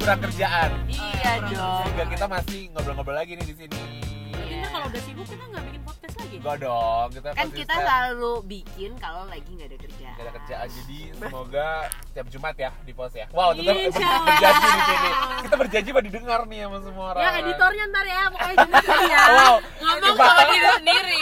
kurang kerjaan. Iya dong. Sehingga kita masih ngobrol-ngobrol lagi nih di sini. Intinya kalau udah sibuk kita nggak bikin podcast lagi. Enggak dong, kita Kan kita selalu bikin kalau lagi nggak ada kerjaan. Gak ada kerjaan, jadi semoga tiap Jumat ya di post ya. Wow, tetap berjanji di sini. Kita berjanji mau didengar nih sama semua orang. Ya editornya ntar ya, pokoknya dengerin ya. Wow, Ngomong sama diri sendiri.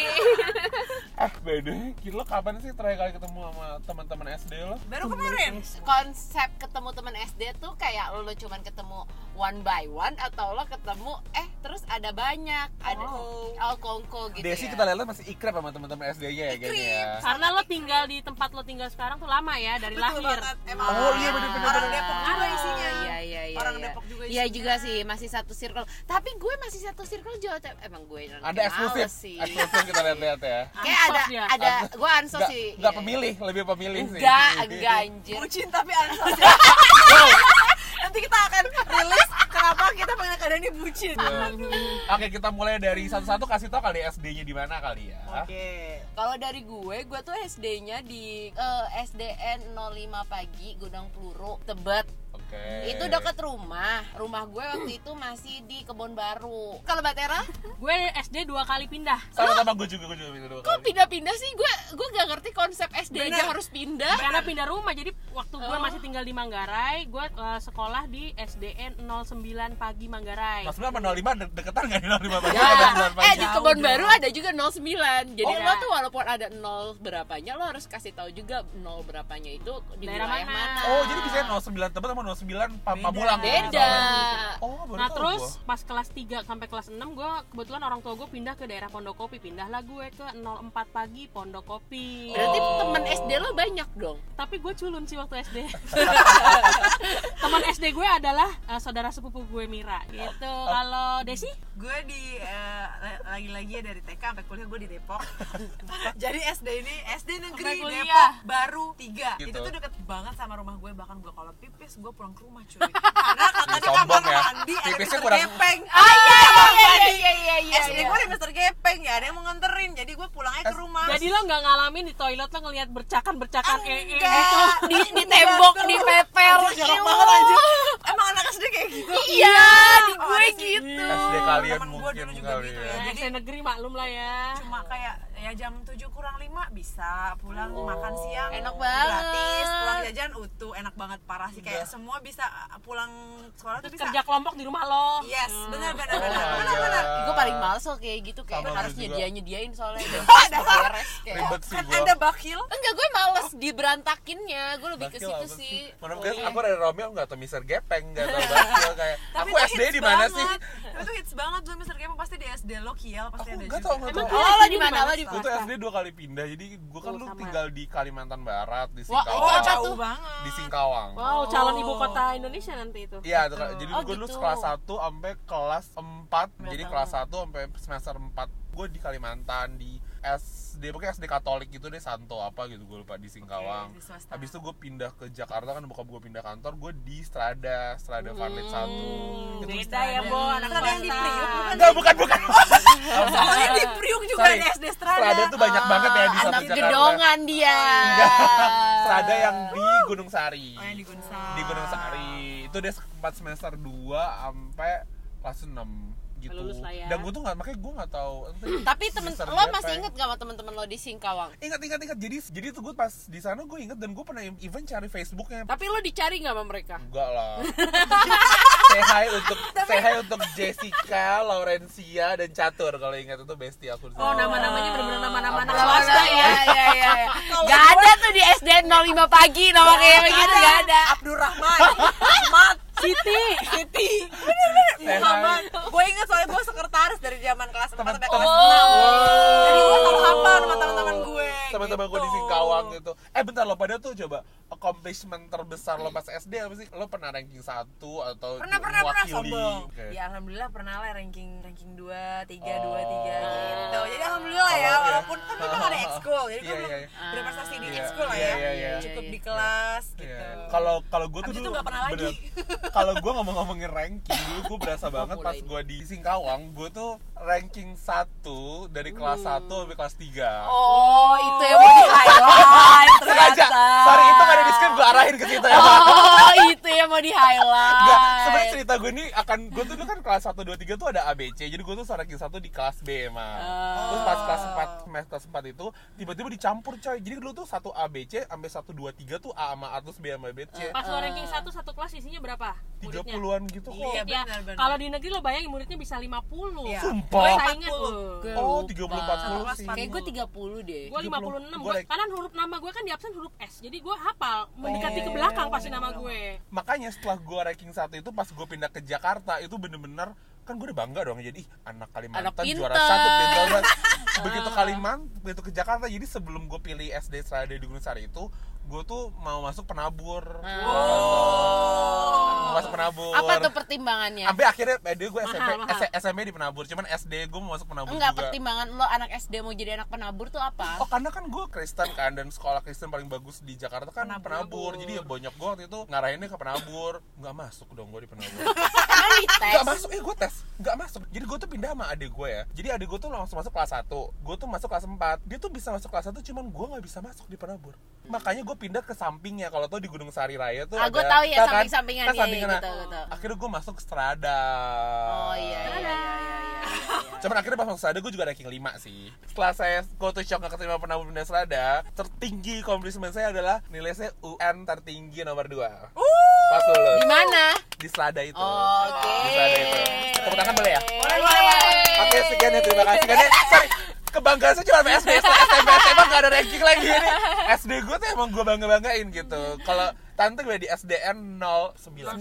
beda. Kira lo kapan sih terakhir kali ketemu sama teman-teman SD lo? Baru kemarin. Konsep ketemu teman SD tuh kayak lo cuman ketemu one by one atau lo ketemu terus ada banyak, ada kongko gitu. Desi ya. kita lihat masih ikrep sama teman-teman SD-nya ya kayaknya ya. Karena lo tinggal di tempat lo tinggal sekarang tuh lama ya, dari Betul lahir. banget. Emang Oh, iya, bener-bener. orang Depok juga isinya. Iya. Orang Depok juga Iya isinya. juga sih, masih satu circle. Tapi gue masih satu circle Jawa Tengah. Emang gue Ada eksklusif, sih. eksklusif kita lihat-lihat ya. Kayak Ansos ya? ada gue ansos Nggak, sih. nggak Iya. pemilih, lebih pemilih sih. Enggak anjir. Bucin tapi ansos. Nanti kita akan rilis kenapa kita pengen keadaan ini bucin. Oke, kita mulai dari satu-satu, kasih tau kali SD-nya di mana kali ya. Oke. Kalau dari gue tuh SD-nya di SDN 05 Pagi, Gudang Peluru, Tebet. Oke. Itu dekat rumah. Rumah gue waktu itu masih di Kebon Baru. Kalau Batera, Gue SD 2 kali pindah. Sama-sama gue juga pindah dua kok kali. pindah-pindah sih? Gue gak ngerti konsep SD aja harus pindah. Karena pindah rumah, jadi waktu gue masih tinggal di Manggarai, gue sekolah di SDN 09 Pagi Manggarai. Mas sama 05 deketan nggak nih 05 pagi? Ya, Ada 9 pagi. di Kebon Baru ada juga 09. Jadi Oh. lo tuh walaupun ada 0 berapanya, lo harus kasih tahu juga 0 berapanya itu di Daerah wilayah mana. mana. Oh, jadi bisa 09 Tebet sama 09 Pamulang. Beda. Oh, baru Nah tahu terus gua. pas kelas 3 sampai kelas 6 gue kebetulan orang tua gue pindah ke daerah Pondokopi. Pindahlah gue ke 04 Pagi Pondokopi. Berarti Oh. temen SD lo banyak dong. Tapi gue culun sih waktu SD. Teman SD gue adalah saudara sepupu gue Mira gitu. Kalau Desi? Gue di lagi-lagi ya dari TK sampai kuliah gue di Depok. Jadi SD ini SD negeri Sampai kuliah. Depok baru 3. Gitu. Itu tuh deket banget sama rumah gue, bahkan gue kalau pipis gue pulang ke rumah cuy. Karena katanya Sombong kamar ya. mandi ada Pipisnya Mister kurang- Gepeng. Iya. SD gue ada Mister Gepeng ya, ada yang mau nganterin. Jadi gue pulangnya ke rumah. Jadi lo nggak ngalamin di toilet lo ngelihat bercakan-bercakan gitu? Di tembok, di pepel. Jorok banget anjir. Emang anak SD kayak gitu? Iya, di gue ada sih. gitu. SD kalian Temen gue mungkin dulu juga kali gitu ya. ya. Nah, Jadi SD negeri maklum lah ya. cuma kayak ya jam 7 kurang 5 bisa pulang makan siang Enak banget. gratis, pulang jajan utuh, enak banget parah sih, kayak semua bisa pulang sekolah tuh Terus bisa. kerja kelompok di rumah lo. Yes, benar Oh my benar. God. Gue paling males loh kayak gitu, kayak Sama harus gue juga. nyediain soalnya dan Ada beres kayak. Ribet sih Kan gua. ada bakil. Enggak, gue males diberantakinnya. Gue lebih ke Bakil situ apa sih. Menurut gue, aku dari Romeo nggak tahu Mister Gepeng, nggak tahu bakil kayak. Tapi Aku itu SD hits di mana banget. sih? Itu hits banget tuh Mister Game pasti di SD lo Kiel pasti Aku ada nggak juga. tahu nggak Emang tahu. Oh, lo di mana? Lo di Gue tuh SD 2 kali pindah, jadi gue kan dulu sama. tinggal di Kalimantan Barat, di Wah, Singkawang. Oh, apa jauh tuh? banget. Di Singkawang. Wow, calon ibu kota Indonesia nanti itu. Iya, itu kan. Jadi Oh, gue dulu gitu. kelas 1 sampai kelas 4. Jadi kelas 1 sampai semester 4 gue di Kalimantan, di SD, pokoknya SD Katolik gitu deh, Santo apa gitu, gue lupa, di Singkawang. Oke, di swasta. Habis itu gue pindah ke Jakarta, kan bokap gue pindah kantor, gue di Strada Farlit 1. Itu Beda ya, Bo, anak Strada yang di swasta. Priuk bukan? Enggak, bukan. Soalnya di Priuk juga Sorry. ada SD Strada. Strada tuh banyak banget ya di satu Anak Jakarta. gedongan dia. Enggak. Strada yang di Gunung Sari. Oh, yang di Gunsar. Di Gunung Sari. Itu dia 4 semester 2 sampai kelas 6 gitu. Lulus lah ya. Dan gue tuh nggak, makanya gue nggak tahu. Tapi temen Mister lo Gepeng. masih inget gak sama temen-temen lo di Singkawang? Ingat. Jadi tuh gue pas di sana gue inget, dan gue pernah even cari Facebooknya. Tapi lo dicari gak sama mereka? Enggak lah. Say hi untuk Jessica, Laurencia, dan Catur. Kalau ingat itu bestie aku di sana. Oh, nama-namanya bener-bener nama-nama anak Apa? swasta ya. Iya. Gak ada tuh di SDN 05 Pagi nama kayak begitu, gak ada. Abdurrahman, Ahmad, Siti. Say hi. Muhammad. Gue inget soalnya gue sekretaris dari zaman kelas 4 sampai kelas 6. Teman-teman. Jadi gue selalu hafal sama teman-teman gue. Teman-teman gue di gitu. Singkawang gitu. Bentar lo, pada tuh coba accomplishment terbesar lo pas SD apa sih? Lo pernah ranking 1 atau Pernah mewakili? sombong. Oke. Ya alhamdulillah pernah lah ranking 2, 3, 2, 3 gitu. Jadi alhamdulillah ya, Oh, walaupun kan gue belum ada ekskul. Jadi gue Iya, belum iya. berprestasi di Iya, ekskul lah iya, ya. iya, iya. Cukup di kelas Iya. gitu. Kalau gue tuh Abis itu dulu nggak pernah lagi. bener. Kalau gue ngomongin ranking dulu, gue berasa banget mulai pas gue di Singkawang, gue tuh ranking 1 dari kelas 1 sampai kelas 3. Oh, itu yang mau di highlight Sengaja. ternyata. Sorry, itu gak ada di script, gue arahin ke situ ya. Oh, itu yang yang mau di-highlight. Enggak, sebenarnya cerita gue ini gue tuh kan kelas 1, 2, 3 tuh ada ABC. Jadi gue tuh ranking 1 di kelas B emang. Terus pas kelas 4, semester 4 itu tiba-tiba dicampur coy. Jadi dulu tuh 1 ABC sampai 1, 2, 3 tuh A sama A, terus B sama B, C. Pas lo ranking 1 satu kelas isinya berapa? Muridnya? 30-an gitu kok. Iya, Ya, benar. kalau di negeri lo bayangin muridnya bisa 50. Iya. Sumpah. Saingan. Oh, 30-40 sih. Kayak gue 30 deh. Gue 56. Gua Karena huruf nama gue kan di absen huruf S. Jadi gue hafal mendekati ke belakang pasti nama gue. Makanya setelah gue ranking 1 itu pas gue pindah ke Jakarta itu bener-bener kan gue udah bangga dong jadi anak Kalimantan Anak juara pinter. 1 pintar banget. Begitu Kalimantan, begitu ke Jakarta, jadi sebelum gue pilih SD Serada di Gunung Sari itu gue tuh mau masuk penabur. Masuk penabur. Apa tuh pertimbangannya? Sampai akhirnya dia gue Mahal. SMP di penabur, cuman SD gue mau masuk penabur Enggak, juga. pertimbangan lo anak SD mau jadi anak penabur tuh apa? Oh karena kan gue Kristen kan, dan sekolah Kristen paling bagus di Jakarta kan penabur. Jadi ya bonyok gue waktu itu ngarahinnya ke penabur. Nggak masuk dong gue di penabur. Kan dites. Nggak masuk, gue tes nggak masuk. Jadi gue tuh pindah sama adik gue ya. Jadi adik gue tuh langsung masuk kelas 1, gue tuh masuk kelas 4. Dia tuh bisa masuk kelas 1, cuman gue nggak bisa masuk di penabur. Makanya gue pindah ke sampingnya. Kalau tau di Gunung Sari Raya tuh gue ada, tahu ya, tau kan? samping-sampingan Kan ya, sampingan. gitu. Akhirnya gue masuk Strada. Oh iya. Cuman akhirnya pas masuk Strada gue juga ranking 5 sih. Setelah saya culture shock gak keterima penabur pindah Strada, tertinggi accomplishment saya adalah nilai saya UN tertinggi nomor 2. Pas lulus. Di mana? Di Strada itu. Oke. Di Strada itu. Tepuk tangan boleh ya? Boleh. Oke, sekian ya, terima kasih. Karena, sorry, kebanggaan saya cuma sama SD, SMP, SMA gak ada ranking lagi ini. SD gue tuh emang gue bangga-banggain gitu. Kalau tante gue di SDN 09.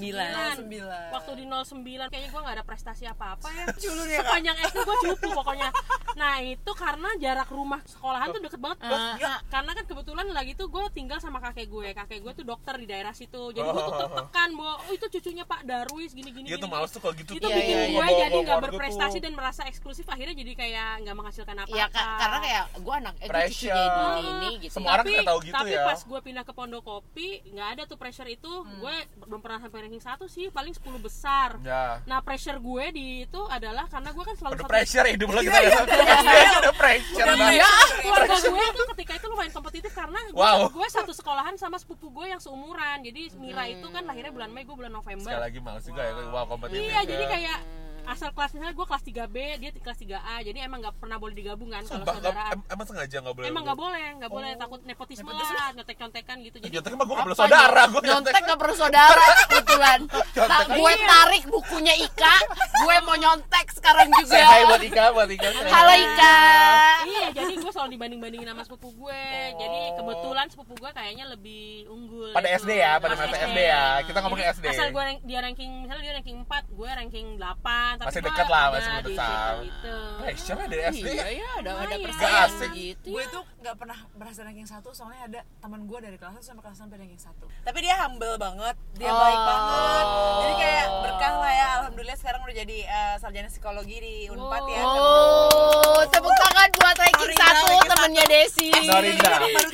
9. Waktu di 09 kayaknya gue gak ada prestasi apa-apa ya. Culun ya, Kak? Sepanjang SD gue cupu pokoknya. Nah itu karena jarak rumah sekolahan tuh deket banget. Karena kan kebetulan lagi tuh gue tinggal sama kakek gue. Kakek gue tuh dokter di daerah situ. Jadi gue tuh tertekan bahwa itu cucunya Pak Darwis gini-gini. Iya tuh males tuh kalau gitu. Itu tuh. bikin gue Bawa-bawa jadi gak keluarga berprestasi tuh. dan merasa eksklusif. Akhirnya jadi kayak gak menghasilkan apa-apa. Iya, karena kayak gue anak gue Pressure. cucunya ini gitu. Semua orang kita tahu gitu tapi ya. pas gue pindah ke Pondokopi nggak ada tuh pressure itu. Gue belum pernah sampai ranking 1 sih, paling 10 besar. Ya. Nah pressure gue di itu adalah karena gue kan selalu Udah satu- pressure hidup lo gitu ya. SD aja udah pressure banget. keluarga gue tuh ketika itu lumayan kompetitif karena Wow. gue satu sekolahan sama sepupu gue yang seumuran. Jadi Mira itu kan lahirnya bulan Mei, gue bulan November. Sekali lagi males juga ya, wah kompetitif. Iya, ya. jadi kayak asal kelas misalnya gue kelas 3B, dia kelas 3A. Jadi emang nggak pernah boleh digabung kan kalau Sumpah, saudaraan. emang sengaja nggak boleh. Emang nggak boleh takut nepotisme lah, nyontek-nyontekan gitu. Jadi Ya tapi mah gue nggak perlu saudara, gue nyontek gak perlu saudara kebetulan. Nyontek. Gue tarik bukunya Ika, gue mau nyontek sekarang juga. Say hi buat Ika, buat Ika. say hi. Halo Ika. iya, jadi gue selalu dibanding-bandingin sama sepupu gue. Jadi kebetulan sepupu gue kayaknya lebih unggul. Pada gitu. SD ya, pada masa SD ya. Kita Jadi, ngomongin SD. Asal gue dia ranking, misalnya dia ranking 4, gue ranking 8. Tapi Masih gue deket lah, ada masih di besar. situ gitu. Pressure lah dari SD. Iya ya, ada Lumayan. prestasi Gak asik. gitu. Gue tuh gak pernah berhasil ranking 1 soalnya ada teman gue dari kelas 1 sampai kelas 6 ranking 1. Tapi dia humble banget, dia baik banget. Jadi kayak berkah lah ya, alhamdulillah sekarang udah jadi sarjana psikologi di Unpad ya. Oh, tepuk tangan buat ranking Sorry, 1 ranking temennya Desi. Sorry, Dah. Baru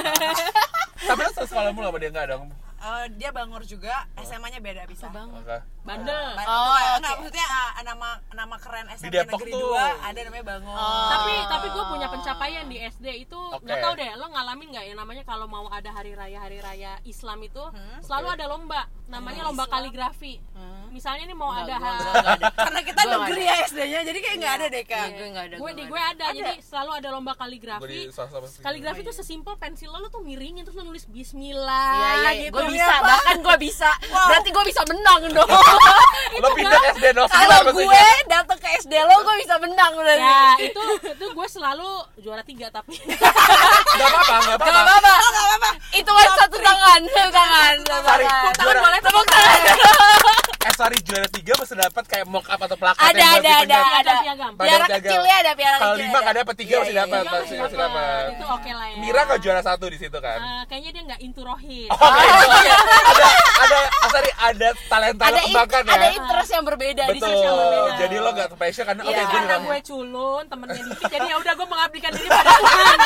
3. Tapi lo sekolah mulu apa dia enggak dong? Dia Bangor juga, SMA-nya beda bisa. Oke. Bandel. Enggak, maksudnya nama keren Di SMP Depok negeri tuh. 2 ada namanya Bangor. Tapi gue punya pencapaian di SD itu. Oke. Nggak tahu deh, lo ngalamin nggak yang namanya kalau mau ada hari raya Islam itu selalu ada lomba, namanya lomba kaligrafi. Misalnya nih mau ada Karena kita negeri ya SD-nya, jadi kayak nggak ada deh Kak. Gue enggak ada. gue di gue ada, jadi selalu ada lomba Gue di kaligrafi. salah satu. Kaligrafi itu sesimpel pensil lo tuh miringin terus lo nulis Bismillah. Iya, iya, gitu. gue bisa, bahkan gue bisa. Berarti gue bisa menang dong. Lo pindah ke SD dong. Kalau gue datang ke SD lo, gue bisa menang berarti. Ya itu gue selalu juara 3 tapi. Enggak apa-apa, enggak Gak apa-apa. apa-apa. Itu kan satu tangan, satu tangan. Sorry, juara. Boleh tepuk tangan. Sorry, juara 3 masih dapat kayak mock up atau plakat Ada, yang buat ada. dipencet. Piagam. Piala kecilnya ada, piala Kalau kecil 5 ada apa 3 masih dapat, Tiga masih dapat. Itu oke lah ya. Mira enggak juara 1 di situ kan? Kayaknya dia nggak into rohis. Oh, oke. Sorry, ada talenta lo kembangkan ya. Ada interest yang berbeda di Betul. sini yang berbeda. Jadi lo gak pressure karena Iya. oke gue Karena juga. gue culun, temennya dikit, jadi ya udah gue mengabdikan diri pada Tuhan.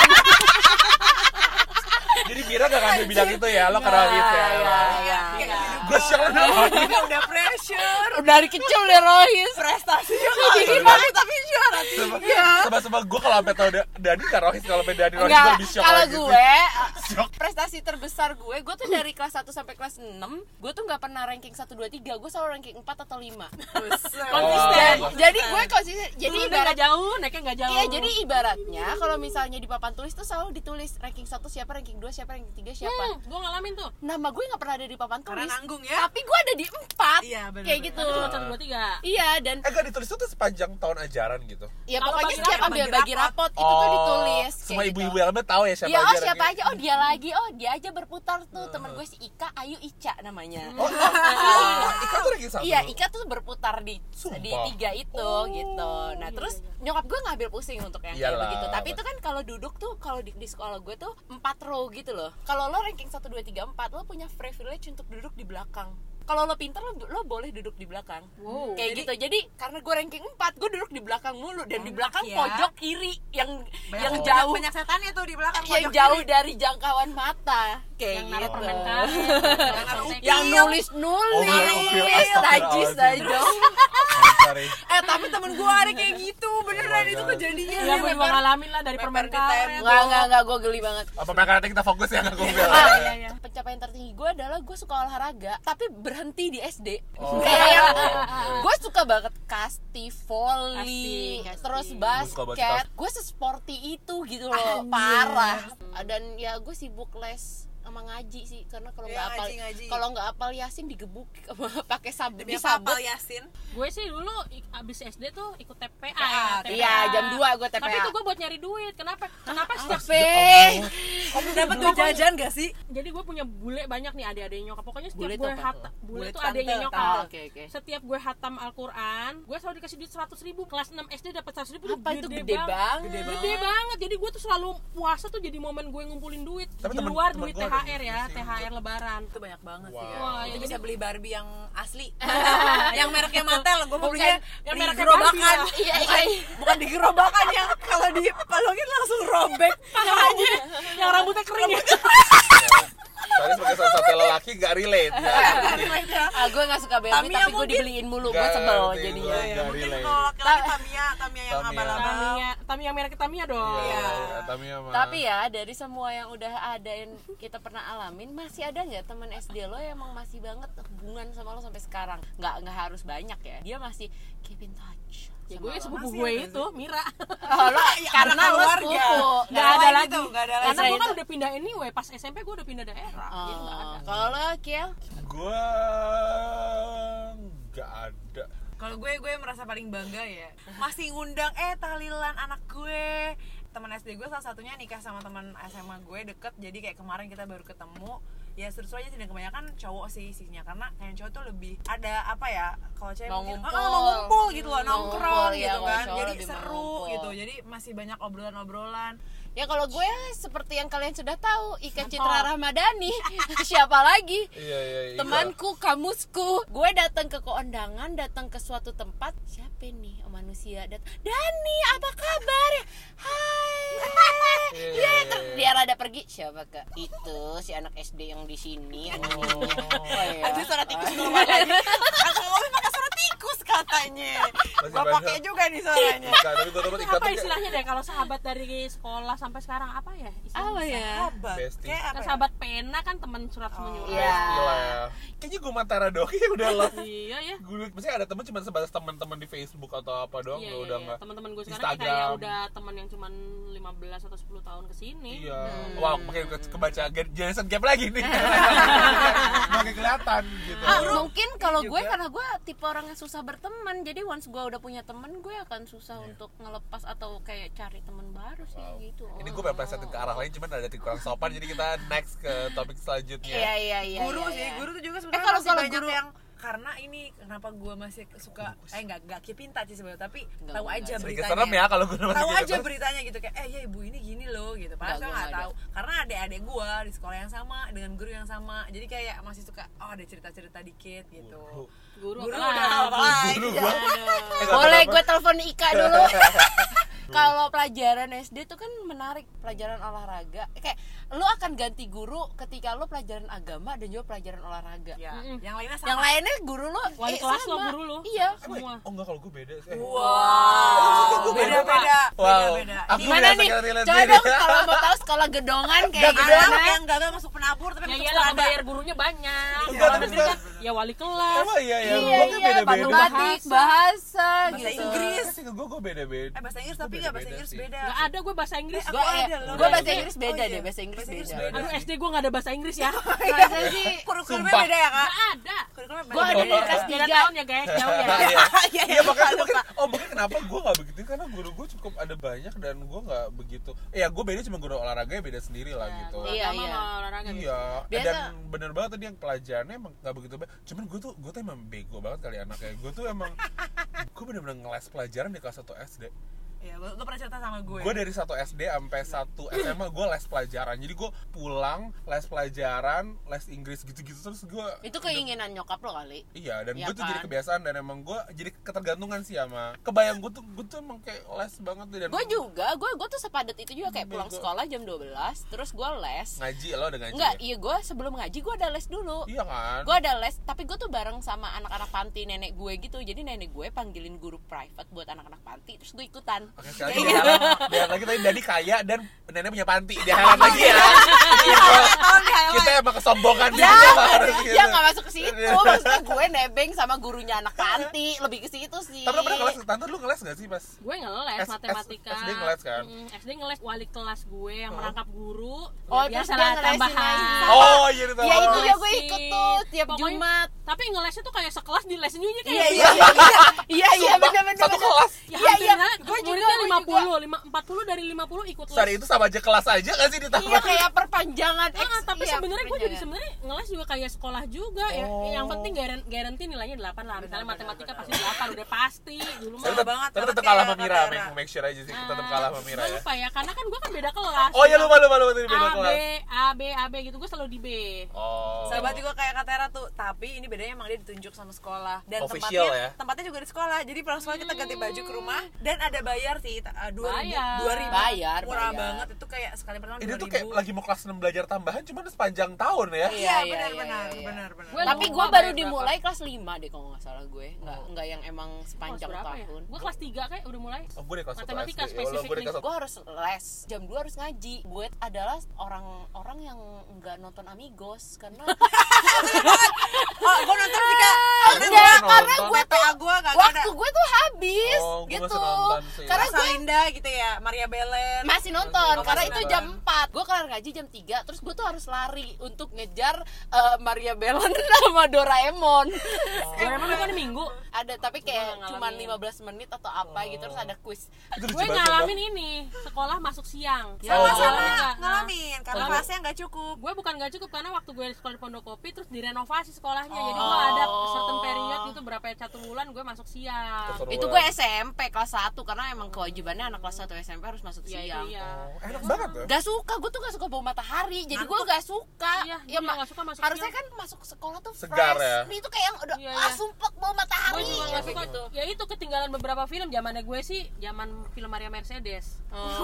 Jadi Mira gak ngambil bidang itu ya, lo kerawit ya. Iya. Gue shock lo Udah pressure, Dari kecil udah rohis. prestasinya nggak gini tapi juara. Sebab gue kalau sampai tau Dani gak rohis, kalau sampai Dani rohis gue Enggak, lebih shock kalau lagi sih. gue Prestasi terbesar gue tuh dari kelas 1 sampai kelas 6, gue tuh nggak pernah ranking 1, 2, 3, gue selalu ranking 4 atau 5. Konsisten. Jadi gue konsisten. Jadi nggak jauh, naiknya nggak jauh. Iya, jadi ibaratnya kalau misalnya di papan tulis tuh selalu ditulis ranking 1 siapa, ranking 2 siapa, ranking 3 siapa. Gue ngalamin tuh. Nama gue nggak pernah ada di papan tulis. Karena nanggung ya. Tapi gue ada di 4. Iya, bener, kayak gitu. Cuma 1, 2, 3. Iya, dan Enggak ditulis itu sepanjang tahun ajaran gitu. ya Kalau pokoknya bagi setiap rapot, ambil bagi rapot itu tuh ditulis. Semua kayak ibu-ibu gitu. yang tahu ya siapa Ya, aja. siapa aja, dia lagi, dia aja berputar tuh. Temen gue si Ika, Ayu Ica namanya. Ika tuh ranking 1. Iya, Ika tuh berputar di Sumpah. 3 itu gitu. Nah, terus nyokap gue ngambil pusing untuk yang kayak Iyalah, begitu. Tapi itu kan kalau duduk tuh, kalau di sekolah gue tuh 4 row gitu loh. Kalau lo ranking 1, 2, 3, 4, lo punya privilege untuk duduk di belakang. Kalau lo pintar, lo boleh duduk di belakang. Wow. Kayak gitu. Jadi karena gue ranking 4, gue duduk di belakang mulu. Dan di belakang ya. pojok kiri yang jauh jauh, banyak setannya tuh di belakang yang pojok jauh kiri. dari jangkauan mata. Kayak Yang naruh gitu. permen karet, Yang Oh, nulis-nulis, astagfirullahaladzim. najis dong. Sorry. Tapi temen gue ada kayak gitu beneran, itu kejadiannya. Iya, gue juga ngalamin lah dari permen Meper di karet. Enggak, gue geli banget. Apa makanya kita fokus ya nggak gue bilang. Iya. Pencapaian tertinggi gue adalah gue suka olahraga, tapi berhenti di SD. Oh. Kayak yang gue suka banget kasti, volley, Kasti. terus Gua suka banget basket. Gue sesporty itu gitu loh, parah. Dan ya gue sibuk les sama ngaji sih, karena kalau nggak apal, ngaji. kalau nggak apal Yasin digebuk pakai sabuk, Demi disabet. apa Yasin? Gue sih dulu abis SD tuh ikut TPA ya. Iya, jam 2 gue TPA. Tapi itu gue buat nyari duit. Kenapa setiap Dapat duit jajan gak sih? jadi gue punya bule banyak nih, adik-adik nyokap. Pokoknya setiap Bule gue tuh apa? hatam, bule Bule tuh tante, adiknya tahu. nyokap. Oke. Setiap gue hatam Al-Quran, gue selalu dikasih duit 100.000. Kelas 6 SD dapat 100.000 tuh Apa itu gede banget. banget. Gede banget. Jadi gue tuh selalu puasa tuh jadi momen gue ngumpulin duit. Tapi Di temen- luar temen duit gua ada THR ya, gitu sih. THR lebaran. Itu banyak banget Wow. sih ya. Wah, Itu iya, bisa jadi- beli Barbie yang asli. Yang mereknya Mattel, gue mau Bukan, belinya yang di mereknya gerobakan. Barbie ya. Iya. Bukan di gerobakan yang kalau dipalungin langsung robek. Yang rambutnya kering ya. Soalnya sebagai salah satu lelaki gak relate. Gue nggak suka Barbie, Tamiya tapi gue mungkin. dibeliin mulu, gue Nggak sebel ngerti jadinya. gue. Ya, Gak mungkin relate. kalau laki-laki Tamiya yang Iya. abal-abal. Tamiya merek Tamiya dong. Iya, Tamiya mah. Tapi ya dari semua yang udah ada yang kita pernah alamin, masih ada nggak teman SD lo yang emang masih banget hubungan sama lo sampai sekarang? Nggak harus banyak ya, dia masih keep in touch. Ya sama gue lo. sepupu Masih gue ada itu Mira. Oh, lo, karena lo keluarga. sepupu. Nggak ada lagi. gitu, nggak ada lagi. Karena gue kan Itu- udah pindah anyway. Pas SMP gue udah pindah daerah. Jadi nggak ada. Kalau lo Kiel? Gue nggak ada. Kalau gue merasa paling bangga ya. Masih ngundang tahlilan anak gue. Teman SD gue salah satunya nikah sama teman SMA gue deket. Jadi kayak kemarin kita baru ketemu. Ya seru aja sih, dan kebanyakan cowok sih isinya, karena kayak cowok tuh lebih ada apa ya, kalau cewek Mau mungkin ngumpul. mau ngumpul gitu loh, Mau nongkrong ngumpul, gitu ya, kan, kalau cowok jadi lebih mau seru ngumpul. gitu, jadi masih banyak obrolan-obrolan. Ya kalau gue seperti yang kalian sudah tahu, Ika Citra Ramadhani. Siapa lagi? Iya. Temanku, kamusku. Gue datang ke kondangan, datang ke suatu tempat. Siapa nih manusia datang? Dani, apa kabar? Hai. Iya. Dia rada pergi. Siapa kak? Itu si anak SD yang di sini. Oh, iya. Aduh, suara tikus keluar lagi. Aku ngomong pakai suara tikus katanya. Masih Gue pakai banyak. juga nih suaranya. Tapi gue tempat Ika Apa tuh istilahnya deh kalau sahabat dari sekolah sampai sekarang apa ya? Istilahnya? Apa ya? Sahabat. Bestie. Kayak apa Kan ya? sahabat pena kan teman surat menyurat. Iya. gila ya. Kayaknya gue Mantara doang ya udah love. Iya ya. Gue maksudnya ada teman cuma sebatas teman-teman di Facebook atau apa doang, Iya, udah iya. enggak. Teman-teman gue sekarang kayak Instagram. udah teman yang cuman 15 atau 10 tahun kesini. Iya. Wah, makin kebaca generation gap lagi nih. Makin kelihatan gitu. Mungkin kalau gue karena gue tipe orang yang susah berteman, jadi once gue udah punya teman, gue akan susah untuk ngelepas atau kayak cari teman baru sih gitu. Ini gue pengen plesetin ke arah lain, cuman ada kurang sopan, jadi kita next ke topik selanjutnya. Iya. Guru iya, sih, iya. guru tuh juga sebenarnya kalau- masih kalau banyak guru- yang karena ini kenapa gue masih suka nggak keep in touch sih sebenarnya, tapi Enggak, tahu gue aja enggak. Sedikit beritanya. serem ya kalau gue masih Tahu gitu. aja beritanya gitu kayak ya ibu ini gini loh gitu. Padahal Enggak, saya gue nggak enggak tahu karena adik-adik gue di sekolah yang sama dengan guru yang sama. Jadi kayak masih suka ada cerita-cerita dikit gitu. Guru Guru apa udah lagi? apa lagi? Guru Ya. gua. Boleh gue telepon Ika dulu. Kalau pelajaran SD tuh kan menarik, pelajaran olahraga. Kayak lu akan ganti guru ketika lu pelajaran agama dan juga pelajaran olahraga. Ya. Mm-mm. Yang lainnya sama. Yang lainnya guru lu Wali kelas lo, sama. guru lu. Iya. Semua. Oh enggak, kalau gue beda sih. Wow. Gue beda, Beda-beda. Wow. Beda-beda. Aku Gimana biasa nih? kira relate Coba diri. dong kalau mau tahu sekolah gedongan kayak Gak gitu. gedongan. yang gagal masuk penabur tapi Ya masuk iyalah, strada. bayar gurunya banyak. Enggak, Sekolah tapi negeri kan ya wali kelas. Emang iya Iya, gue kan beda-beda. matematik, bahasa Bahasa gitu. Inggris. Gue beda-beda. Bahasa Inggris tapi nggak bahasa Inggris beda. Gak ada gue bahasa Inggris. Aku Gue ada loh. bahasa Iya. Inggris beda Oh, iya. deh, bahasa Inggris Bahasa Inggris beda. beda. Aduh SD gue gak ada bahasa Inggris ya. Bahasa sih Kurikulumnya Sumpah. beda ya kak? Gak ada. Kurikulumnya gue ada di kelas 3 3. tahun ya guys, jauh ya. Iya makanya mungkin kenapa gue nggak begitu karena guru gue cukup ada banyak dan gue nggak begitu. Ya gue beda cuma guru olahraganya beda sendiri lah gitu. Iya, Agama iya. sama olahraga gitu. Iya, Biasa. dan bener banget tadi yang pelajarannya emang gak begitu baik. Cuman gue tuh emang bego banget kali anaknya. Gue tuh emang gue bener-bener ngeles pelajaran di kelas 1 SD. Iya, lu pernah cerita sama gue. Gue dari 1 SD sampai 1 SMA gue les pelajaran. Jadi gue pulang les pelajaran, les Inggris gitu-gitu terus gue. Itu keinginan nyokap lo kali. Iya, dan Iya gue tuh jadi kan? kebiasaan dan emang gue jadi ketergantungan sih sama. Kebayang gue tuh emang kayak les banget deh dan Gue juga, gue tuh sepadat itu juga kayak pulang Bego. sekolah jam 12, terus gue les. ngaji lo udah ngaji. Enggak, Ya? iya gue sebelum ngaji gue ada les dulu. Iya kan? Gue ada les, tapi gue tuh bareng sama anak-anak panti nenek gue gitu. Jadi nenek gue panggilin guru private buat anak-anak panti, terus gue ikutan. Oke, sekali lagi lihat lagi tadi Dani kaya dan nenek punya panti. Dia highlight lagi ya. Kita emang kesombongan dia harus gitu. Ya nggak masuk ke situ, maksudnya gue nebeng sama gurunya anak panti, lebih ke situ sih. Tapi lo pernah ngeles, tante lu ngeles gak sih pas? Gue ngeles matematika. SD ngeles kan? SD ngeles wali kelas gue yang merangkap guru. Oh, Ya, terus biasa dia lah ngelesin tambahan. lagi. Oh iya itu. Ya itu ya gue Ngelesin. ikut tuh tiap Pokoknya- Jumat. Tapi ngelesnya tuh kayak sekelas di lesin juga kayak Iya iya iya iya iya benar-benar. Satu kelas. Ya, Iya, iya. gue Gua juga juga. 40 dari 50 ikut les. Sorry itu sama aja kelas aja gak sih ditambah? Iya kayak perpanjangan Tapi iya, sebenarnya gue jadi perpanjangan. sebenarnya ngeles juga kayak sekolah juga ya. Oh. Yang penting garanti nilainya 8 lah. Misalnya matematika pasti 8 udah pasti dulu mah. Tapi banget, tetap tetap kalah kayak sama Mira, Katera. make sure aja sih tetap kalah sama Mira Gue ya. lupa ya, karena kan gue kan beda kelas. Oh iya lupa tadi beda kelas. A B gitu, gue selalu di B. Oh. Sahabat juga kayak Katera tuh, tapi ini bedanya emang dia ditunjuk sama sekolah dan Official tempatnya ya? tempatnya juga di sekolah. Jadi pulang sekolah kita ganti baju ke rumah dan ada bayar sih 2.000 Bayar, murah bayar. banget itu kayak sekali pertemuan 2.000. Ini tuh kayak lagi mau kelas 6 belajar tambahan cuman sepanjang tahun ya. Iya, Iya, benar. Gue Tapi lupa gue baru bayar dimulai kelas 5 deh kalau nggak salah gue. Enggak yang emang sepanjang berapa ya? tahun. Gue kelas 3 kayak udah mulai. Oh gue di kelas 1 Matematika SD. Ya Allah, gue di kelas Gue harus les, jam 2 harus ngaji. Gue adalah orang yang nggak nonton Amigos karena Oh, gue nonton sih kak. enggak, karena nonton. gue tuh PA gue gak ada. waktu gue tuh habis Oh, gue gitu. masih nonton sih. Karena gue Salinda gitu ya, Maria Belen. masih nonton Oh, karena masih itu nonton. jam 4. Gue kelar ngaji jam 3, terus gue tuh harus lari untuk ngejar Maria Belen sama Doraemon. Doraemon itu kan minggu. Ada tapi kayak Gua cuman ngalamin. 15 menit atau apa gitu, terus ada quiz. Itu lucu Gue banget, ngalamin ini, sekolah masuk siang. Sama-sama Ngalamin ngalamin karena Kalau- kelasnya nggak cukup. Gue bukan gak cukup karena waktu gue sekolah di Pondok Kopi terus direnovasi sekolahnya. Jadi gue ada certain period gitu berapa 1 bulan gue masuk siang. Keseruan. Itu gue SMP kelas 1 karena emang kewajibannya anak kelas 1 SMP harus masuk Ya siang. itu ya. Oh, enak banget tuh. Gak suka, gue tuh gak suka bau matahari. Jadi gue gak suka. Iya, Ya, gue juga gak suka masuk harusnya siang. kan masuk sekolah tuh Segar fresh. ya? Ini tuh kayak yang udah Iya, iya. sumpek bau matahari. Gue juga gak suka gitu. Ya itu ketinggalan beberapa film. Zamannya gue sih zaman film Maria Mercedes.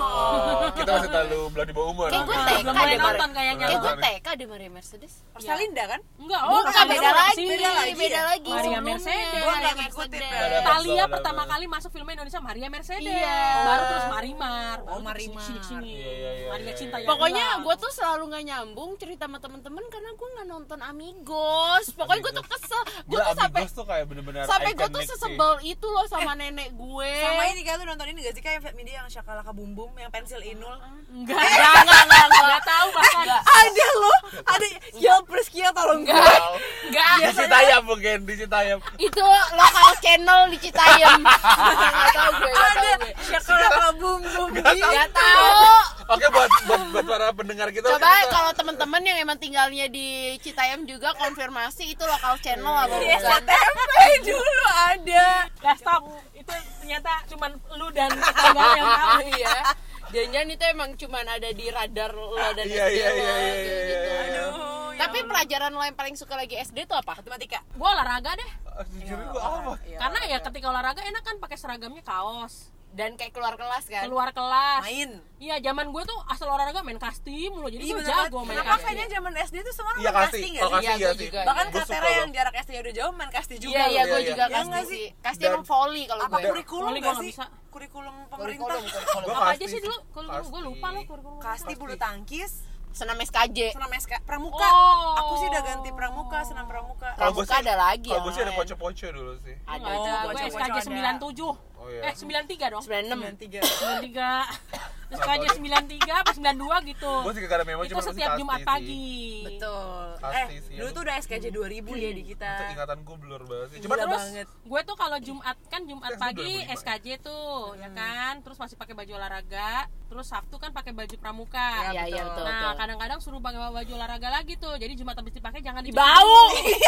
Oh, kita masih terlalu belum di bawah umur. Kayak gue Nah, TK belum deh mulai Maria. nonton kayaknya. Kayak gue Nonton. TK deh Maria Mercedes. Salinda kan? Enggak, Bukan, ada beda orang lagi. sini. Beda lagi. Maria sebelumnya. Mercedes. Gua Maria nggak ngikutin Mercedes. ya. Ada Thalia episode, pertama ada. kali masuk film Indonesia Maria Mercedes. Iya. Baru terus Marimar. Oh, Marimar. Sini. Iya, Maria Cinta ya. Pokoknya gue tuh selalu gak nyambung cerita sama temen-temen karena gue gak nonton Amigos. Pokoknya gue tuh kesel. Gue tuh sampai Amigos tuh kayak bener-bener gue tuh iconic sih. sesebel itu loh sama nenek gue. Sama ini kan lu nonton ini gak sih kayak Fat Media yang Shakalaka Bum Bum yang pensil Inul? enggak enggak tahu bahkan. Ada loh, ada Yel Priskia tolong gue. Enggak. Di Citayam mungkin, di Citayam. Itu lokal channel di Citayam. Gak tau gue. Ada Shakalaka Bum Bum. Gak tau. Oke buat para pendengar kita. Coba kalau teman-teman yang emang tinggalnya di Citayam juga konfirmasi itu lokal channel apa Di bukan? STMP dulu ada. Dah stop. Itu ternyata cuman lu dan tetangga yang tahu. Iya. Jangan-jangan itu emang cuman ada di radar lo dan Iya, SD iya, lo iya, iya, gitu. iya, iya. Aduh, ya Tapi Allah. pelajaran lo yang paling suka lagi SD tuh apa? Matematika. Gue olahraga deh. Jujur gue apa? Karena ya ketika olahraga enak kan pakai seragamnya kaos. Dan kayak keluar kelas kan? Keluar kelas. Main. Iya, zaman gue tuh asal olahraga main kasti mulu. Jadi gue bener jago main Kenapa kasti. kayaknya zaman SD tuh semua Iya, main kasti. kasti nggak Kalau sih? kasti Iya, iya gua sih. juga. Bahkan Gua suka Katera yang loh. jarak SD-nya udah jauh main kasti juga. Iya, gue Iya, juga iya. Iya nggak kasti sih? sih. Kasti Dan- emang volley kalau Apa gue. kurikulum Volley nggak gua sih? nggak bisa. Kurikulum pemerintah. Kurikulum. Gua Apa kasti aja sih sih. dulu? Kalau gue Kasti. lupa loh kurikulum. Kasti, bulu tangkis, Senam SKJ. senam pramuka. Oh. Aku sih udah ganti pramuka, senam pramuka. Kalau gue Pramuka sih ada lagi Kalau gue ya, sih ada kan? poco-poco dulu sih. Ada Nggak ada, gue bocah-bocah SKJ ada. 97. Oh iya. 93 dong. 96. 93. 93. SKJ 93 apa 92 gitu. Gue sih gak ada memo Itu cuma setiap Jumat pagi. Betul. Pasti sih. Dulu tuh udah SKJ 2000 ya di kita. Itu ingatan gue blur banget sih. Gila Cuma Terus banget. gue tuh kalau Jumat kan Jumat Tes pagi 2005. SKJ tuh, ya kan. Terus masih pakai baju olahraga. Terus Sabtu kan pakai baju pramuka. Iya, iya, betul. Nah, kadang-kadang suruh pakai baju olahraga lagi tuh. Jadi Jumat habis dipakai jangan Bau.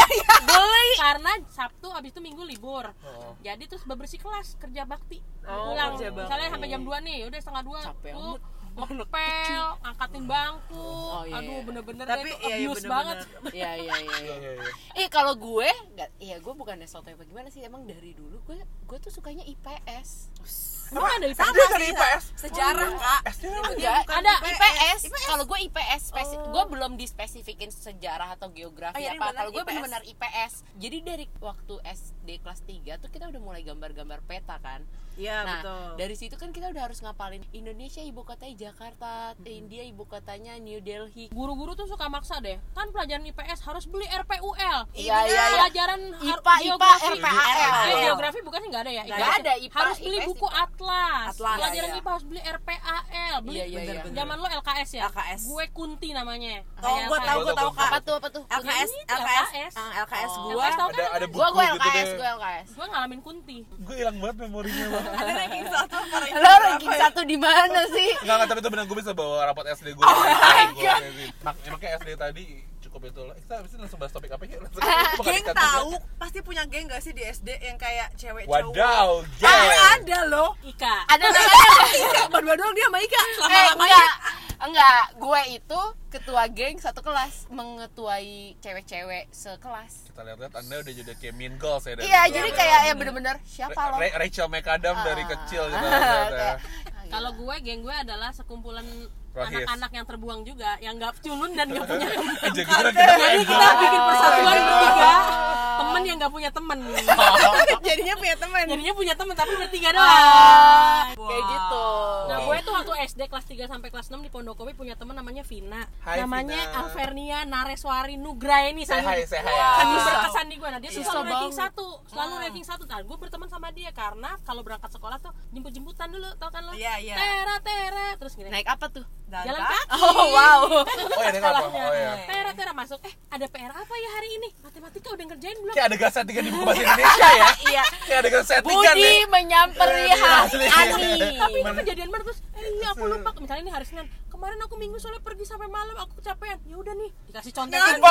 Boleh. Karena Sabtu habis itu Minggu libur. Oh. Jadi terus bebersih kelas, kerja bakti. Oh, Pulang. kerja bakti. Misalnya sampai jam 2 nih, udah setengah 2. Capek Tuh amat. ngepel, angkatin bangku. Oh, iya, Aduh, iya. bener-bener Tapi deh, itu iya, iya, abuse bener-bener. banget. Iya, iya, iya. Iya iya iya. Kalau gue gue bukannya sotoy apa gimana sih, emang dari dulu gue tuh sukanya IPS. Emang ada IPS? Sama Dia sih, dari IPS? Sejarah, Kak. SD apa? Enggak, Ada IPS. Kalau gue IPS, gue belum dispesifikin sejarah atau geografi Oh, iya, apa. benar, Kalau gue IPS. benar-benar IPS. Jadi dari waktu SD kelas 3 tuh kita udah mulai gambar-gambar peta kan. Iya, Nah, betul. dari situ kan kita udah harus ngapalin Indonesia ibu kotanya Jakarta, India ibu kotanya New Delhi. Guru-guru tuh suka maksa deh. Kan pelajaran IPS harus beli RPUL. Iya, iya, iya. Pelajaran IPA, geografi. RPAL. Geografi bukan sih nggak ada ya? Nggak ada, IPA, Harus beli IPS, buku atlas. Atlas. Pelajaran Iya, iya. IPA harus beli RPAL. Beli. Iya, iya, iya. Zaman lo LKS ya? LKS. Gue Kunti namanya. Oh, Kayak gue tahu, LKS. Kak. Apa tuh? LKS, Ini LKS, LKS. LKS Oh. gua. LKS tau kan? Ada buku Gue gitu LKS, deh. gue LKS. Gue ngalamin Kunti. Gue hilang banget memorinya bang. Ada ranking 1 apa ranking Lo berapa ranking ya? 1 di mana sih? Enggak, tapi itu benar gue bisa bawa rapot SD gue. Oh my God. Makanya SD tadi cukup itu lah. Kita habis itu langsung bahas topik apa ya? Langsung Geng tahu, pasti punya geng gak sih di SD yang kayak cewek cowok? Wadaw, Ah, geng. ada loh. Ika. Ada namanya. Ika, berdua doang dia sama Ika. Selama-lamanya. Enggak, gue itu ketua geng satu kelas, mengetuai cewek-cewek sekelas. Kita lihat-lihat Anda udah jadi kayak mean girls ya. dari Iya, dulu. jadi kayak ya bener-bener siapa lo? Rachel McAdam dari kecil gitu. Kayak, Kalau gue, geng gue adalah sekumpulan Rohis. anak-anak yang terbuang juga, yang nggak culun dan nggak punya teman. Jadi Jadi kita bikin persatuan bertiga, temen yang nggak punya temen. Jadinya punya teman. Jadinya punya temen tapi bertiga Ah, doang. kayak gitu. Nah, gue tuh waktu SD kelas 3 sampai kelas 6 di Pondokopi punya temen namanya Vina. Hai, Namanya Vina. Alvernia Nareswari Nugraini. Say hi, say hi. Saking Susah. berkesan di gue. Nah, dia tuh Susah selalu ranking banget. 1. Selalu ranking 1. Nah, gue berteman sama dia karena kalau berangkat sekolah tuh jemput-jemputan dulu, tau kan lo? Iya, iya. Tera, terus gini. Naik apa tuh? Jalan kaki. Oh, wow. Oh ya, ini apa? Sekolahnya. Oh ya. Tera masuk. Ada PR apa ya hari ini? Matematika udah ngerjain belum? Kayak adegan settingan di buku bahasa Indonesia ya. Iya. Kayak adegan settingan Budi ya. menyamperi Asli. Ani. Tapi itu kejadian banget terus. Iya aku lupa. Misalnya ini hari Senin. Kemarin aku Minggu soalnya pergi sampai malam. Aku kecapean. Ya udah nih. Dikasih contekan.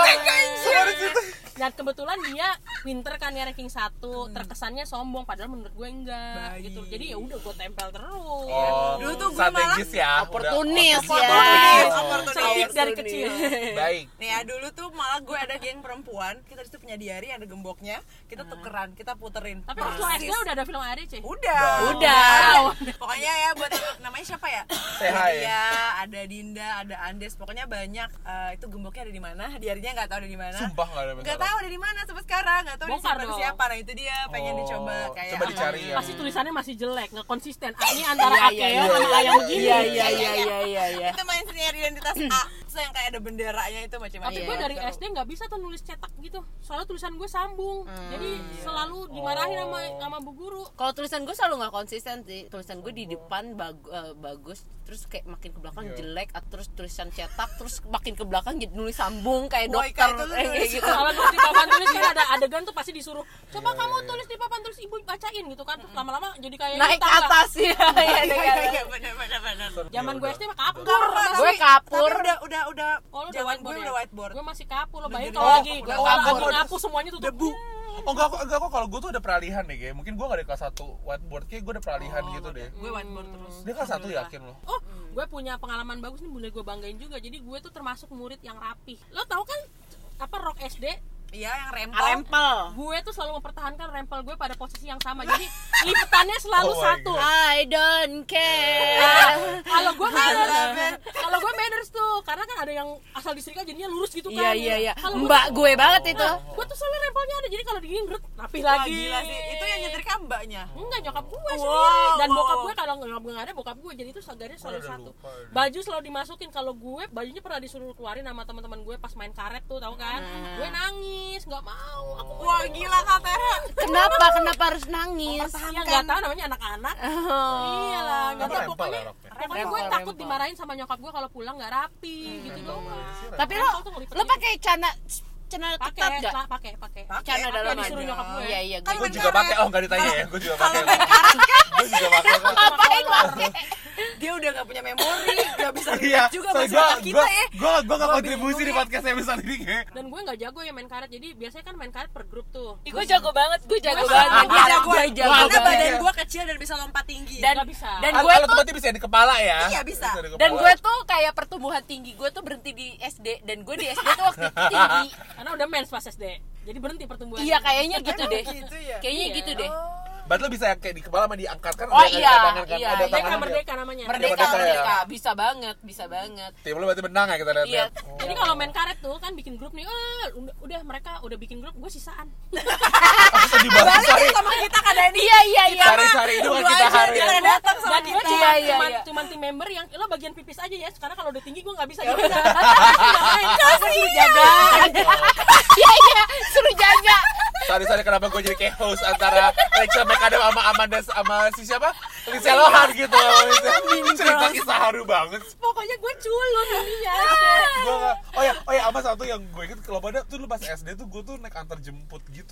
Dan kebetulan dia pinter kan ya ranking 1. Terkesannya sombong. Padahal menurut gue enggak. Baik. Gitu. Jadi ya udah gue tempel terus. Oh, Dulu tuh gue strategis ya. Oportunis Udah ya. Cerdik dari kecil. Baik. Nih ya dulu tuh malah gue ada geng perempuan. Kita disitu punya diary, ada gemboknya. Kita tukeran, kita puterin. Tapi waktu SD udah ada film ADC. Udah. Pokoknya ya buat namanya siapa ya? Say hi. Iya, ada Dinda, ada Andes. Pokoknya banyak. Itu gemboknya ada di mana? Diarynya nggak tahu ada di mana. Sumpah nggak ada Nggak masalah. tahu ada di mana sampai sekarang. Nggak tahu Bongkar disimpan dong. siapa. Nah itu dia pengen Oh, dicoba kayak. coba dicari ya. Pasti tulisannya masih jelek, nggak konsisten. Ini antara Iya, Akeo iya, sama iya, ayam begini. Iya. Kita main senior identitas A. Terus yang kayak ada benderanya itu macam-macam. Tapi Iya, gue dari seru. SD nggak bisa tuh nulis cetak gitu. Soalnya tulisan gue sambung. Jadi selalu dimarahin sama bu guru. Kalau tulisan gue selalu nggak konsisten sih. Tulisan gue di depan bagus, terus kayak makin ke belakang jelek, terus tulisan cetak, terus makin ke belakang jadi nulis sambung kayak Woi, dokter kayak itu tuh kayak nulis gitu. Kalau nulis di papan tulis kan ada adegan tuh pasti disuruh coba kamu tulis di papan tulis ibu bacain gitu kan. Terus lama-lama jadi kayak Naik ke tau nggak? atas ya. Iya benar. Zaman gue SD mah kapur. Gue kapur. Tapi udah Oh, lu udah zaman whiteboard gue ya? udah whiteboard. Gue masih kapur. Lo bayangin jadi- kalau lagi gue kalau kapur. lagi ngapu semuanya tutup. Debu. Oh enggak kok kalau gue tuh ada peralihan deh kayak. Mungkin gue gak ada kelas 1 whiteboard, kayak gue ada peralihan gitu deh. Gue whiteboard terus. Dia kelas 1 yakin loh. Oh, gue punya pengalaman bagus nih, boleh gue banggain juga. Jadi gue tuh termasuk murid yang rapih. Lo tau kan apa rok SD Iya, yang Rempel. Gue tuh selalu mempertahankan rempel gue pada posisi yang sama. Jadi lipatannya selalu satu. I don't care. Kalau gue manners tuh, karena kan ada yang asal disetrika jadinya lurus gitu kan. Iya. Kalau Mbak gue banget itu. Gue tuh selalu rempelnya ada, jadi kalau digini rapih Wah, lagi. gila sih. Itu yang nyetrika mbaknya. Enggak, nyokap gue sendiri. Dan bokap gue kalau nyokap gue nggak ada, bokap gue, jadi itu garisnya selalu satu. Baju selalu dimasukin. Kalau gue bajunya pernah disuruh keluarin sama teman-teman gue pas main karet tuh, tahu kan? Gue nangis, nggak mau. Aku Wah, gila Kak Tera. Kenapa harus nangis? ya nggak tahu, namanya anak-anak. Iyalah, nggak tahu, pokoknya gue takut rempel. dimarahin sama nyokap gue kalau pulang nggak rapi gitu doang. Tapi lo pakai celana ketat enggak? Pakai. Celana dalam disuruh nyokap gue. Iya, Gue juga pakai. Oh, enggak ditanya ya. Gue juga pakai. Gue juga pakai. Ngapain pakai? Dia udah gak punya memori, gak bisa Iya, lihat juga masalah kita ya. Gue gak kontribusi di podcast episode ini kayak. Dan gue nggak jago ya main karet, jadi biasanya kan main karet per grup tuh. Gue jago banget. Gue jago Karena karena badan gue kecil dan bisa lompat tinggi. Nggak bisa. Dan gue Kalau tuh tempatnya bisa di kepala ya. Iya, bisa. di dan kepala. gue tuh kayak pertumbuhan tinggi gue tuh berhenti di SD, dan gue di SD tuh waktu itu tinggi. Karena udah mens pas SD, jadi berhenti pertumbuhan. Iya, kayaknya gitu deh. gitu ya? Kayaknya Iya. gitu deh. Berarti lo bisa kayak di kepala sama diangkat kan? Oh, ada iya, tangan kan? iya. Ada tangan Merdeka namanya. Merdeka. ya? Bisa banget. Tim lo berarti menang ya kita lihat. Iya. Jadi kalau main karet tuh kan bikin grup nih, udah mereka udah bikin grup, gue sisaan. Sedih banget sih. Sama kita kadang ini. Iya. Cari-cari itu kan kita hari. Dia datang sama Dan gue kita. cuman tim member yang lo bagian pipis aja ya, karena kalau udah tinggi gue nggak bisa. Jadi Suruh jaga. Iya, suruh jaga. Sorry kenapa gue jadi kayak host antara Rachel McAdam sama Amanda sama si siapa? Lindsay Lohan gitu. Cerita kisah haru banget. pokoknya gue culun jadinya. Gue nggak. Oh ya, apa satu yang gue inget kalau pada tuh lu pas SD tuh gue tuh naik antar jemput gitu.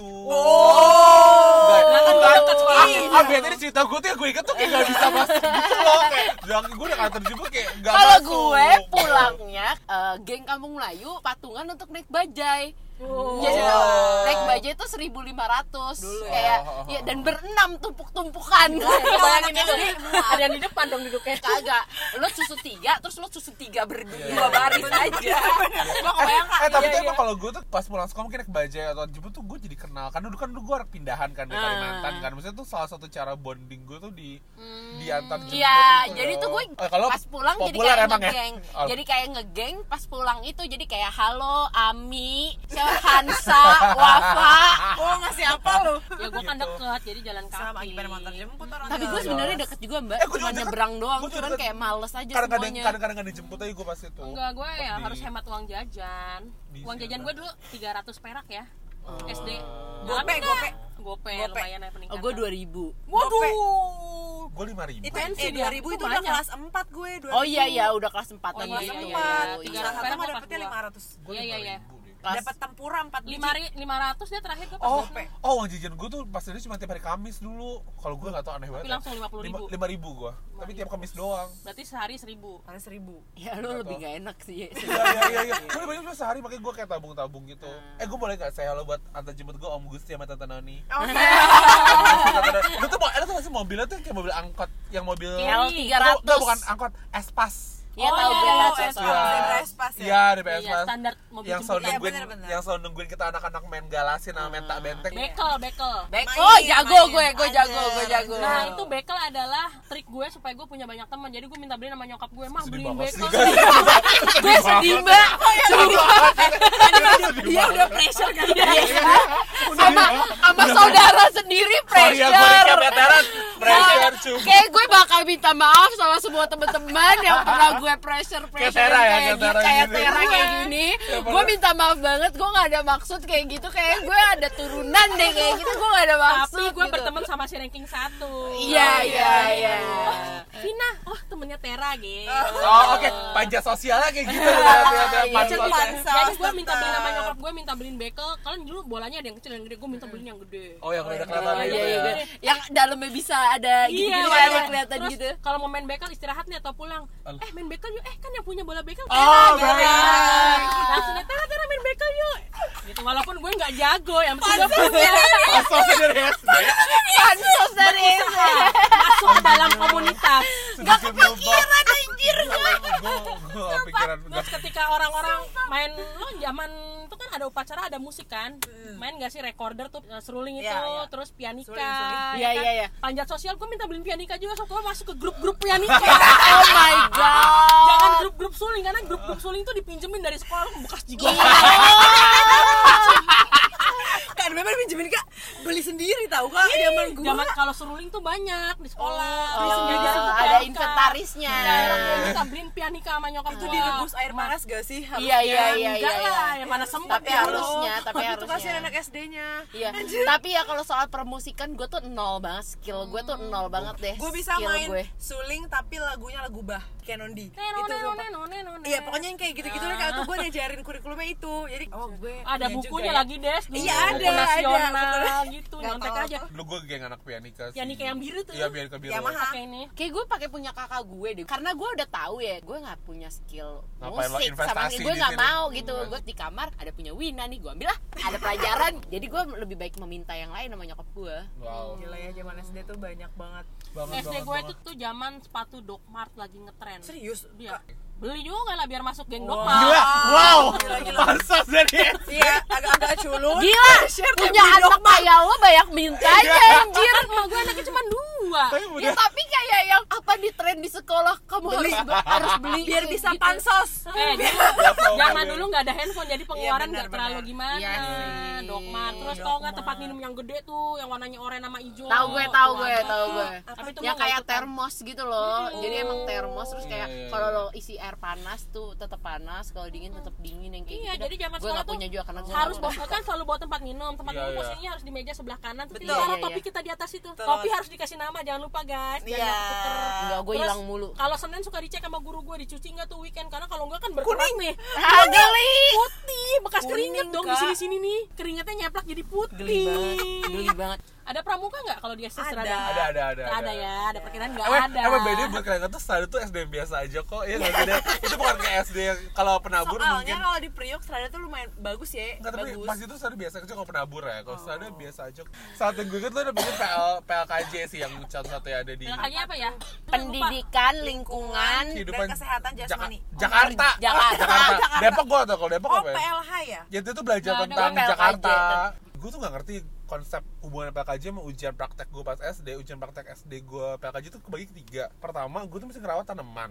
Biar tadi cerita gue tuh yang gue inget tuh kayak gak bisa masuk gitu loh. Kayak gue naik antar jemput kayak gak masuk. Kalau gue pulangnya geng Kampung Melayu patungan untuk naik bajai. Jadi naik bajai itu 1.500 dulu kayak ya, dan berenam tumpuk-tumpukan. Bayangin itu Ada yang di depan dong duduknya. kagak. Lo susu 3 terus lo susu 3 berdua baris aja. Tapi tuh emang kalau gue tuh pas pulang sekolah mungkin naik bajai atau jemput tuh gue jadi kenal. Kan dulu gue orang pindahan kan dari Kalimantan kan. Maksudnya tuh salah satu cara bonding gue tuh di antar jemput. Iya, jadi tuh gue kalau pas pulang jadi populer kayak emang ya? ngegeng. Jadi kayak ngegeng pas pulang itu jadi kayak halo Ami, Hansa, Wafa. Oh, ngasih apa lu? Ya gue kan deket, jadi jalan kaki. Sama gimana motor jemput orang. Tapi gue sebenarnya deket juga Mbak, gue cuma juga nyebrang doang, gue juga cuman deket. kayak males aja kadang-kadang semuanya. gak dijemput aja gue pas itu. Enggak, gue ya Di- harus hemat uang jajan. Uang jajan gue dulu 300 perak ya. SD. Gope lumayan ya peningkatan. Oh, gue 2.000. Waduh. Gue 5.000. Itu Pensi dia. 2000 itu Itu udah banyak. kelas 4 gue. 2000. Oh iya, udah kelas 4 Oh, lagi. iya, Iya, iya. iya. Tiga Satu perak mah kelas dapetnya 2. 500. Gue Iya. Kelas- Dapat tempura 4 biji. 500 dia terakhir gue pas Oh, kelas uang jajan gue tuh pas itu cuma tiap hari Kamis dulu. Kalau gue gak tau aneh banget. Tapi langsung 50.000. 5.000 gue. Tapi tiap Kamis doang. berarti sehari 1.000. Kali 1000. Ya lu lebih gak enak sih. Iya. Gue banyak sehari makanya gue kayak tabung gitu. Gue boleh gak saya halo buat antar jemput gue Om Gusti sama Tante Noni. Oke. Lu tuh nggak sih mobilnya tuh kayak mobil angkot yang mobil L300. Enggak, bukan angkot, Espas. Iya, Oh, tahu iya, gue iya, tahu. iya. Espas ya. Iya, di Iya, Espas. standar mobil Yang selalu jemput. nungguin, bener. yang selalu nungguin kita anak-anak main galasin sama main tak benteng. Bekel. Oh, jago gue jago. Nah, itu bekel adalah trik gue supaya gue punya banyak teman. Jadi gue minta beliin sama nyokap gue, "Mah, Sedih beliin banget bekel." sih. Gue sedih Mbak. Dia udah pressure kan. Sama saudara sendiri Sorry ya, gue recap pressure. veteran. Pressure cuy. Kayak gue bakal minta maaf sama semua teman-teman yang pernah gue pressure Kayak Tera ya, kayak kayak Tera kayak gini. Tera kayak gini. Gue minta maaf banget, gue gak ada maksud kayak gitu. Kayak gue ada turunan deh kayak gitu, gue gak ada maksud. Tapi gue gitu. berteman sama si ranking 1. Iya. Vina, temennya Tera gitu. Oh, oke. Panja sosialnya kayak gitu. Jadi gue minta beliin sama nyokap gue, minta beliin bekel. Kalian dulu bolanya ada yang kecil yang gede, gue minta beliin yang gede. Oh, yang udah kelihatan Oh, gitu iya. ya. Yang dalamnya bisa ada gitu-gitu kan, yang kelihatan Terus, gitu. kalau mau main bekel istirahat nih atau pulang, main bekel yuk. Kan yang punya bola bekel Oh, Tera, baik. gitu. Langsung Tera main bekel yuk. Gitu, walaupun gue nggak jago, yang penting gue punya. Asal sendiri ya. Pansos dari Masuk ke dalam komunitas. Gak kepikiran anjir. gue kepikiran. Terus ketika orang-orang main, lo zaman itu kan ada upacara, ada musik kan, main nggak sih recorder tuh, seruling itu, terus pianika, Suling. ya Iya, kan? iya, iya. Panjat sosial, gue minta beliin pianika juga, so gue masuk ke grup-grup pianika. Oh my god. Jangan grup-grup suling, karena grup-grup suling tuh dipinjemin dari sekolah bekas jigo. Kan memang pinjemin Kak, beli sendiri tahu Kak zaman gua. Zaman kalau seruling tuh banyak di sekolah. Ada inventarisnya. Kita beliin pianika sama nyokap Itu gua. direbus air panas gak sih? Iya. Enggak lah, yang mana sempat. Tapi harusnya, Itu kasihan anak SD-nya. Iya. Tapi ya kalau soal permusikan gue tuh nol banget, skill gue tuh nol banget deh. Gue bisa skill main gue. suling tapi lagunya lagu Bah, Canon D. Itu None. iya pokoknya yang kayak gitu-gitu deh Kak, tuh gue ngajarin kurikulumnya itu. Jadi gue Ada iya bukunya juga ya. lagi Des. Dulu. Iya, Buku ada, nasional gitu, Nggak nyontek tahu aja. Dulu gue geng anak pianika sih. Pianika yang biru tuh. Iya, pianika biru. Yamaha. Pakai ini. Kayak gue pakai punya kakak gue deh, karena gue udah tahu ya gue nggak punya skill Ngapain lo musik sama investasi gue di nggak sini? mau gitu. Gue di kamar ada punya Wina nih, gue ambil lah, ada pelajaran. Jadi gue lebih baik meminta yang lain sama nyokap gue. Wow. Gila ya zaman SD tuh banyak banget. SD gue itu tuh zaman sepatu Doc Mart lagi ngetren. Serius? Iya. Beli juga lah biar masuk geng Doc Wow. Mart. Gila, wow. Gila. Pansos jadi. Iya, agak-agak culun. Gila, punya beli anak kayak lo banyak mintanya anjir. Emak gue anaknya cuma 2. Tapi Ya udah. tapi kayak yang apa di tren di sekolah kamu harus beli biar kayak bisa gitu. pansos. Zaman dulu nggak ada handphone jadi pengeluaran Iya, nggak benar, terlalu gimana. Iya sih. Doc Mart. Terus tau nggak tempat minum yang gede tuh yang warnanya oranye sama hijau. Tahu gue. Tapi itu Yang mah nggak kayak ikutan. termos gitu loh. Jadi emang termos terus kayak Iya, iya, kalau iya. lo isi air panas tuh tetap panas, kalau dingin tetap dingin yang kayak Iya, gitu. jadi zaman gue sekolah nggak tuh punya juga karena gue harus nggak bawa kan selalu bawa tempat minum. Tempat Iya, minum iya. posisinya harus di meja sebelah kanan. Terus Betul. kita taruh Iya, topi iya. kita di atas itu. Betul. Topi harus dikasih nama, jangan lupa guys. Iya. Jangan ketuker. Enggak, gue Terus, hilang mulu. Kalau Senin suka dicek sama guru gue dicuci nggak tuh weekend, karena kalau enggak kan berkerak nih. Geli. Putih, bekas Kuning, keringet dong di Kak. sini-sini nih. Keringetnya nyeplak jadi putih. Geli banget. Ada pramuka nggak kalau di SD seragam? Ada. Ada ya, ada perkiraan nggak Emang ada. bedanya buat kalian tuh Strada tuh SD yang biasa aja kok. Iya nggak beda. Itu bukan kayak SD yang kalau penabur Soalnya mungkin. kalau di Priok Strada tuh lumayan bagus ya. Enggak, tapi Bagus. pas itu Strada biasa aja kalau penabur ya. Kalau Strada biasa aja. Saat yang gue ingat lo ada bikin PLKJ sih yang satu-satunya ada di Bilangnya apa ya? Pendidikan lingkungan kehidupan dan kesehatan jasmani. Jakarta. Jakarta. Depok gue tau kalau Depok Oh, apa ya? PLH ya? Ya itu tuh belajar Nggak ada. tentang PLKJ. Jakarta. Gue tuh gak ngerti konsep hubungan PLKJ sama ujian praktek gue pas SD. Ujian praktek SD gue PLKJ tuh kebagi 3. Pertama, gue tuh mesti ngerawat tanaman.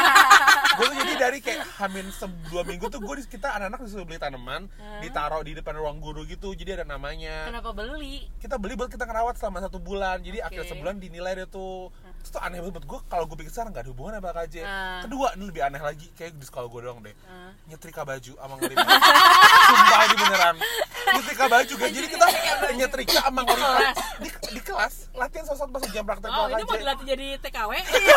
Gue tuh jadi dari kayak hamin 2 minggu tuh kita anak-anak disuruh beli tanaman, ditaruh di depan ruang guru gitu. Jadi ada namanya. Kenapa beli? Kita beli buat kita ngerawat selama 1 bulan. Jadi akhir sebulan dinilai deh tuh. Terus tuh aneh banget buat gue, kalau gue pikir sekarang gak ada hubungan sama PLKJ. Kedua, ini lebih aneh lagi, kayak di sekolah gue doang deh. Nyetrika baju sama ngelipat. Sumpah ini beneran. Nyetrika baju kan. Jadi kita nyetrika sama ngelipat di kelas latihan saat pas jam praktek Oh, ini PLKJ. mau dilatih jadi TKW?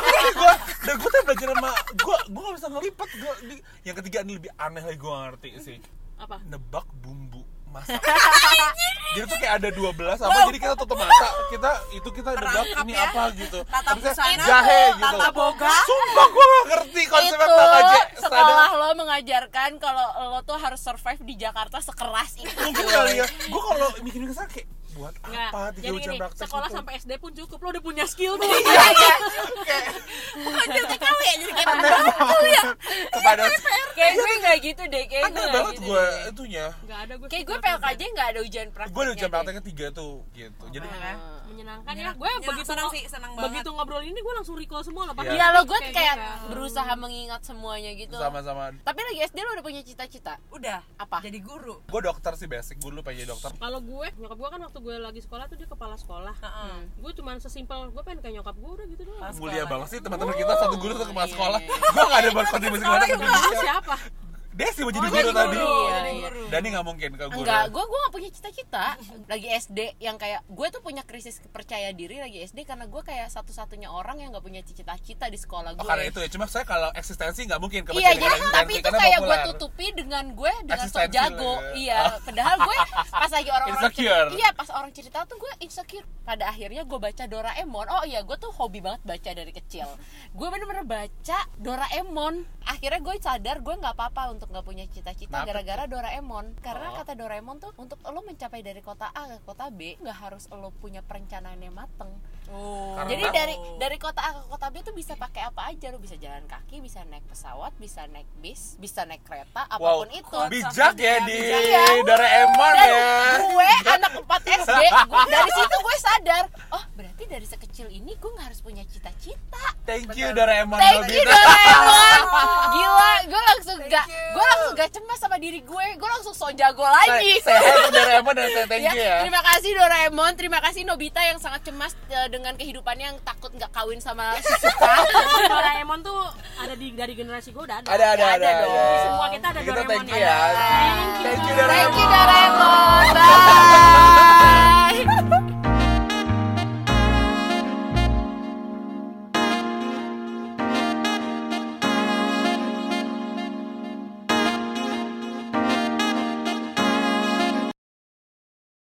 gue tuh belajar sama gue gak bisa ngelipat. Yang ketiga ini lebih aneh lagi, gue gak ngerti sih. Apa? Nebak bumbu masak. Jadi tuh kayak ada 12 apa, jadi kita tutup mata, kita nebak Terangkap ini ya. apa gitu. Tata Terusnya busana, jahe gitu. tata boga. Sumpah gue gak ngerti konsep Itu PLKJ. sekolah lo mengajarkan kalau lo tuh harus survive di Jakarta sekeras itu. Mungkin kali ya. Gue kalau mikir kesana kayak buat Nggak, apa 3 jadi jam gini, praktek sekolah itu. sampai SD pun cukup, lo udah punya skill tuh. Bukan jadi TKW ya, jadi kayak Aneh banget. Kepada kayak gue nggak gitu deh, kayak gue aneh nggak banget gitu gue deh. itunya. Gak ada gue. Kayak gue PLKJ nggak ada ujian prakteknya. Gue ada ujian deh. prakteknya 3 tuh gitu. Jadi menyenangkan ya. Gue begitu senang sih, senang banget. begitu ngobrol ini gue langsung recall semua loh. Iya. Iya lo gue kayak gitu. berusaha mengingat semuanya gitu. sama-sama. Tapi lagi SD lo udah punya cita-cita? Udah. Apa? Jadi guru. Gue dokter sih basic. Gue dulu pengen jadi dokter. Kalau gue, nyokap gue kan waktu gue lagi sekolah tuh dia kepala sekolah. Gue cuman sesimpel gue pengen kayak nyokap gue udah gitu doang. Mulia banget sih teman-teman kita, satu guru tuh kepala Iya, sekolah. iya. Gue gak ada berkontribusi kemana ke Guru pendidikan. siapa? Desi mau jadi Oh, guru jadi tadi. guru. Iya, iya. Dani gak mungkin ke guru. Enggak, gue gak punya cita-cita. Lagi SD yang kayak gue tuh punya krisis percaya diri lagi SD karena gue kayak satu-satunya orang yang gak punya cita-cita di sekolah gue. Oh, karena itu ya, cuma saya kalau eksistensi nggak mungkin Iya, jadi eksistensi, tapi itu karena kayak gue populer. tutupi dengan gue dengan sok Eksistensi jago. lah ya. Iya, padahal gue pas lagi orang-orang Insecure. Iya, pas orang cerita tuh gue insecure. Pada akhirnya gue baca Doraemon. Oh iya, gue tuh hobi banget baca dari kecil. Gue bener-bener baca Doraemon. Akhirnya gue sadar gue nggak apa-apa untuk nggak punya cita-cita gara-gara Doraemon. Karena kata Doraemon tuh untuk lo mencapai dari kota A ke kota B nggak harus lo punya perencanaan yang mateng. Jadi dari kota A ke kota B tuh bisa pakai apa aja, lo bisa jalan kaki, bisa naik pesawat, bisa naik bis, bisa naik kereta, apapun itu. Bijak ya di Doraemon ya. Gue anak 4 SD, dari situ gue sadar, oh berarti dari sekecil ini gue nggak harus punya cita-cita. Thank you Doraemon. Thank you Doraemon. Gila, gue langsung gak cemas sama diri gue langsung so jago lagi. Sehat Doraemon dan saya thank you ya. Terima kasih Doraemon, terima kasih Nobita yang sangat cemas dengan kehidupannya yang takut nggak kawin sama Shizuka. Doraemon tuh ada dari generasi gue udah ada. Ada dong. Semua kita ada Doraemon. Thank you ya. Thank you Doraemon.